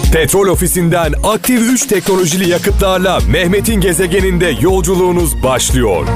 Petrol Ofisi'nden aktif 3 teknolojili yakıtlarla Mehmet'in gezegeninde yolculuğunuz başlıyor.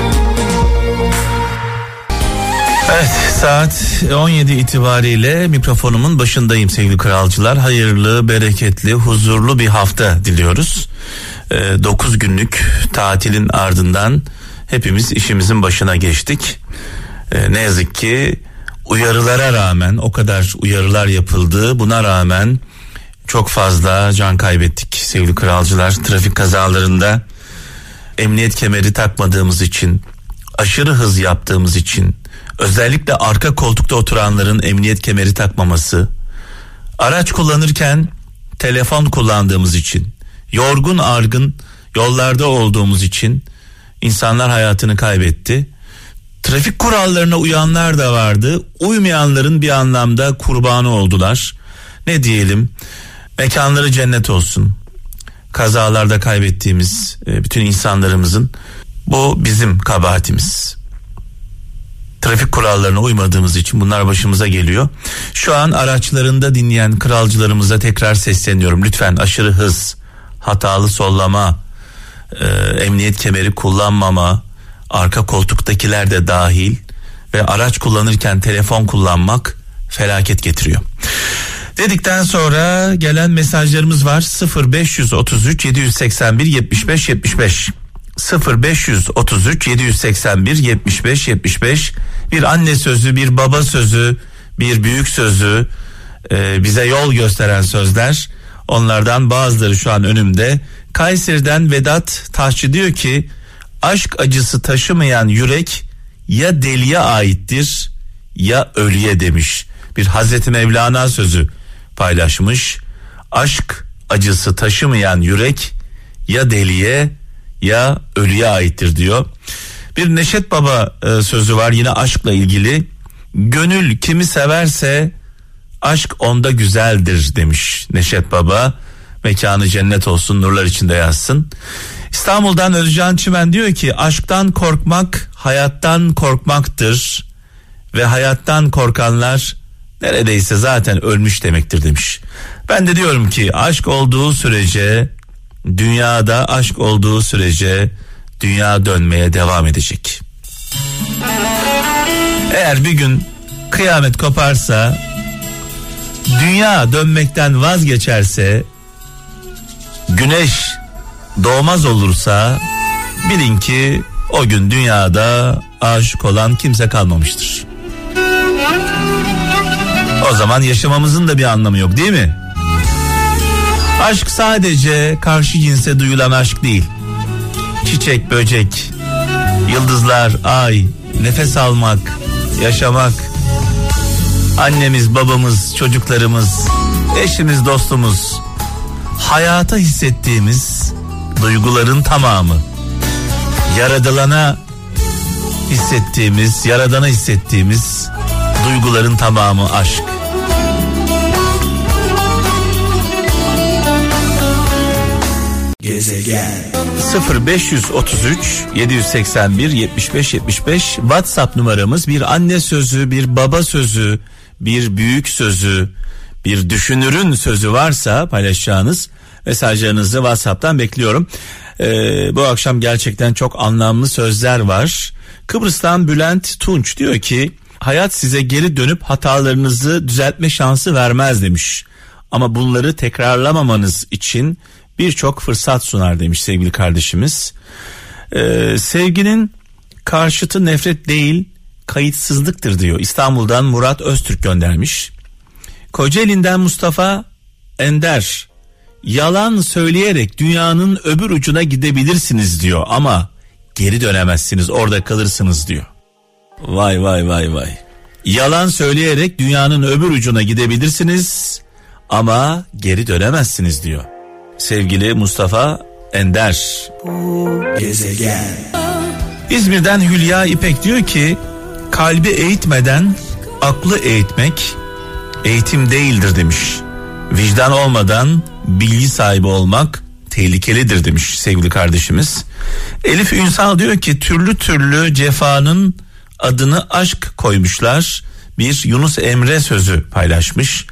Evet, saat 17 itibariyle mikrofonumun başındayım sevgili kralcılar. Hayırlı, bereketli, huzurlu bir hafta diliyoruz. 9 günlük tatilin ardından hepimiz işimizin başına geçtik. Ne yazık ki uyarılara rağmen, o kadar uyarılar yapıldı, buna rağmen çok fazla can kaybettik sevgili kralcılar. Trafik kazalarında emniyet kemeri takmadığımız için, aşırı hız yaptığımız için, özellikle arka koltukta oturanların emniyet kemeri takmaması, araç kullanırken telefon kullandığımız için, yorgun argın yollarda olduğumuz için insanlar hayatını kaybetti. Trafik kurallarına uyanlar da vardı, uymayanların bir anlamda kurbanı oldular. Ne diyelim, mekanları cennet olsun. Kazalarda kaybettiğimiz bütün insanlarımızın, bu bizim kabahatimiz. Trafik kurallarına uymadığımız için bunlar başımıza geliyor. Şu an araçlarında dinleyen kralcılarımıza tekrar sesleniyorum. Lütfen aşırı hız, hatalı sollama, emniyet kemeri kullanmama, arka koltuktakiler de dahil ve araç kullanırken telefon kullanmak felaket getiriyor. Dedikten sonra gelen mesajlarımız var. 0533 781 75 75 0533 781 75 75. Bir anne sözü, bir baba sözü, bir büyük sözü, bize yol gösteren sözler. Onlardan bazıları şu an önümde. Kayseri'den Vedat Taşçı diyor ki, aşk acısı taşımayan yürek ya deliye aittir ya ölüye demiş. Bir Hazreti Mevlana sözü paylaşmış. Aşk acısı taşımayan yürek ya deliye ya ölüye aittir diyor. Bir Neşet Baba sözü var yine aşkla ilgili. Gönül kimi severse aşk onda güzeldir demiş Neşet Baba. Mekanı cennet olsun, nurlar içinde yatsın. İstanbul'dan Özcan Çimen diyor ki, aşktan korkmak hayattan korkmaktır ve hayattan korkanlar neredeyse zaten ölmüş demektir demiş. Ben de diyorum ki aşk olduğu sürece, dünyada aşk olduğu sürece dünya dönmeye devam edecek. Eğer bir gün kıyamet koparsa, dünya dönmekten vazgeçerse, güneş doğmaz olursa, bilin ki o gün dünyada aşık olan kimse kalmamıştır. O zaman yaşamamızın da bir anlamı yok, değil mi? Aşk sadece karşı cinse duyulan aşk değil. Çiçek, böcek, yıldızlar, ay, nefes almak, yaşamak, annemiz, babamız, çocuklarımız, eşimiz, dostumuz, hayata hissettiğimiz duyguların tamamı, yaradılana hissettiğimiz, yaradana hissettiğimiz duyguların tamamı aşk. Gezegen 0533 781 75 75 WhatsApp numaramız. Bir anne sözü, bir baba sözü, bir büyük sözü, bir düşünürün sözü varsa paylaşacağınız mesajlarınızı WhatsApp'tan bekliyorum. Bu akşam gerçekten çok anlamlı sözler var. Kıbrıs'tan Bülent Tunç diyor ki, hayat size geri dönüp hatalarınızı düzeltme şansı vermez demiş. Ama bunları tekrarlamamanız için birçok fırsat sunar demiş sevgili kardeşimiz. Sevginin karşıtı nefret değil, kayıtsızlıktır diyor. İstanbul'dan Murat Öztürk göndermiş. Kocaeli'nden Mustafa Ender, yalan söyleyerek dünyanın öbür ucuna gidebilirsiniz diyor ama geri dönemezsiniz, orada kalırsınız diyor. Vay vay vay vay. Yalan söyleyerek dünyanın öbür ucuna gidebilirsiniz ama geri dönemezsiniz diyor sevgili Mustafa Ender. Gezegen. İzmir'den Hülya İpek diyor ki, kalbi eğitmeden aklı eğitmek eğitim değildir demiş. Vicdan olmadan bilgi sahibi olmak tehlikelidir demiş sevgili kardeşimiz. Elif Ünsal diyor ki, türlü türlü cefanın adını aşk koymuşlar. Bir Yunus Emre sözü paylaşmış.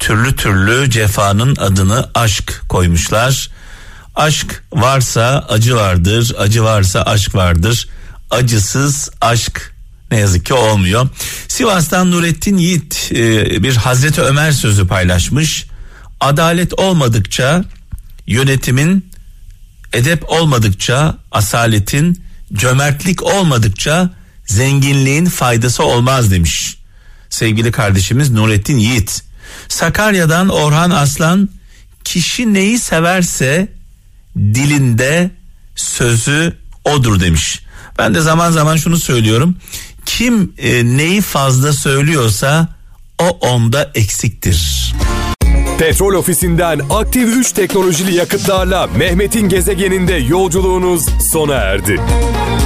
türlü türlü cefanın adını aşk koymuşlar. Aşk varsa acı vardır, acı varsa aşk vardır. Acısız aşk ne yazık ki olmuyor. Sivas'tan Nurettin Yiğit bir Hazreti Ömer sözü paylaşmış. Adalet olmadıkça yönetimin, edep olmadıkça asaletin, cömertlik olmadıkça zenginliğin faydası olmaz demiş. Sevgili kardeşimiz Nurettin Yiğit. Sakarya'dan Orhan Aslan, kişi neyi severse dilinde sözü odur demiş. Ben de zaman zaman şunu söylüyorum. Kim neyi fazla söylüyorsa o onda eksiktir. Petrol Ofisi'nden aktif 3 teknolojili yakıtlarla Mehmet'in gezegeninde yolculuğunuz sona erdi.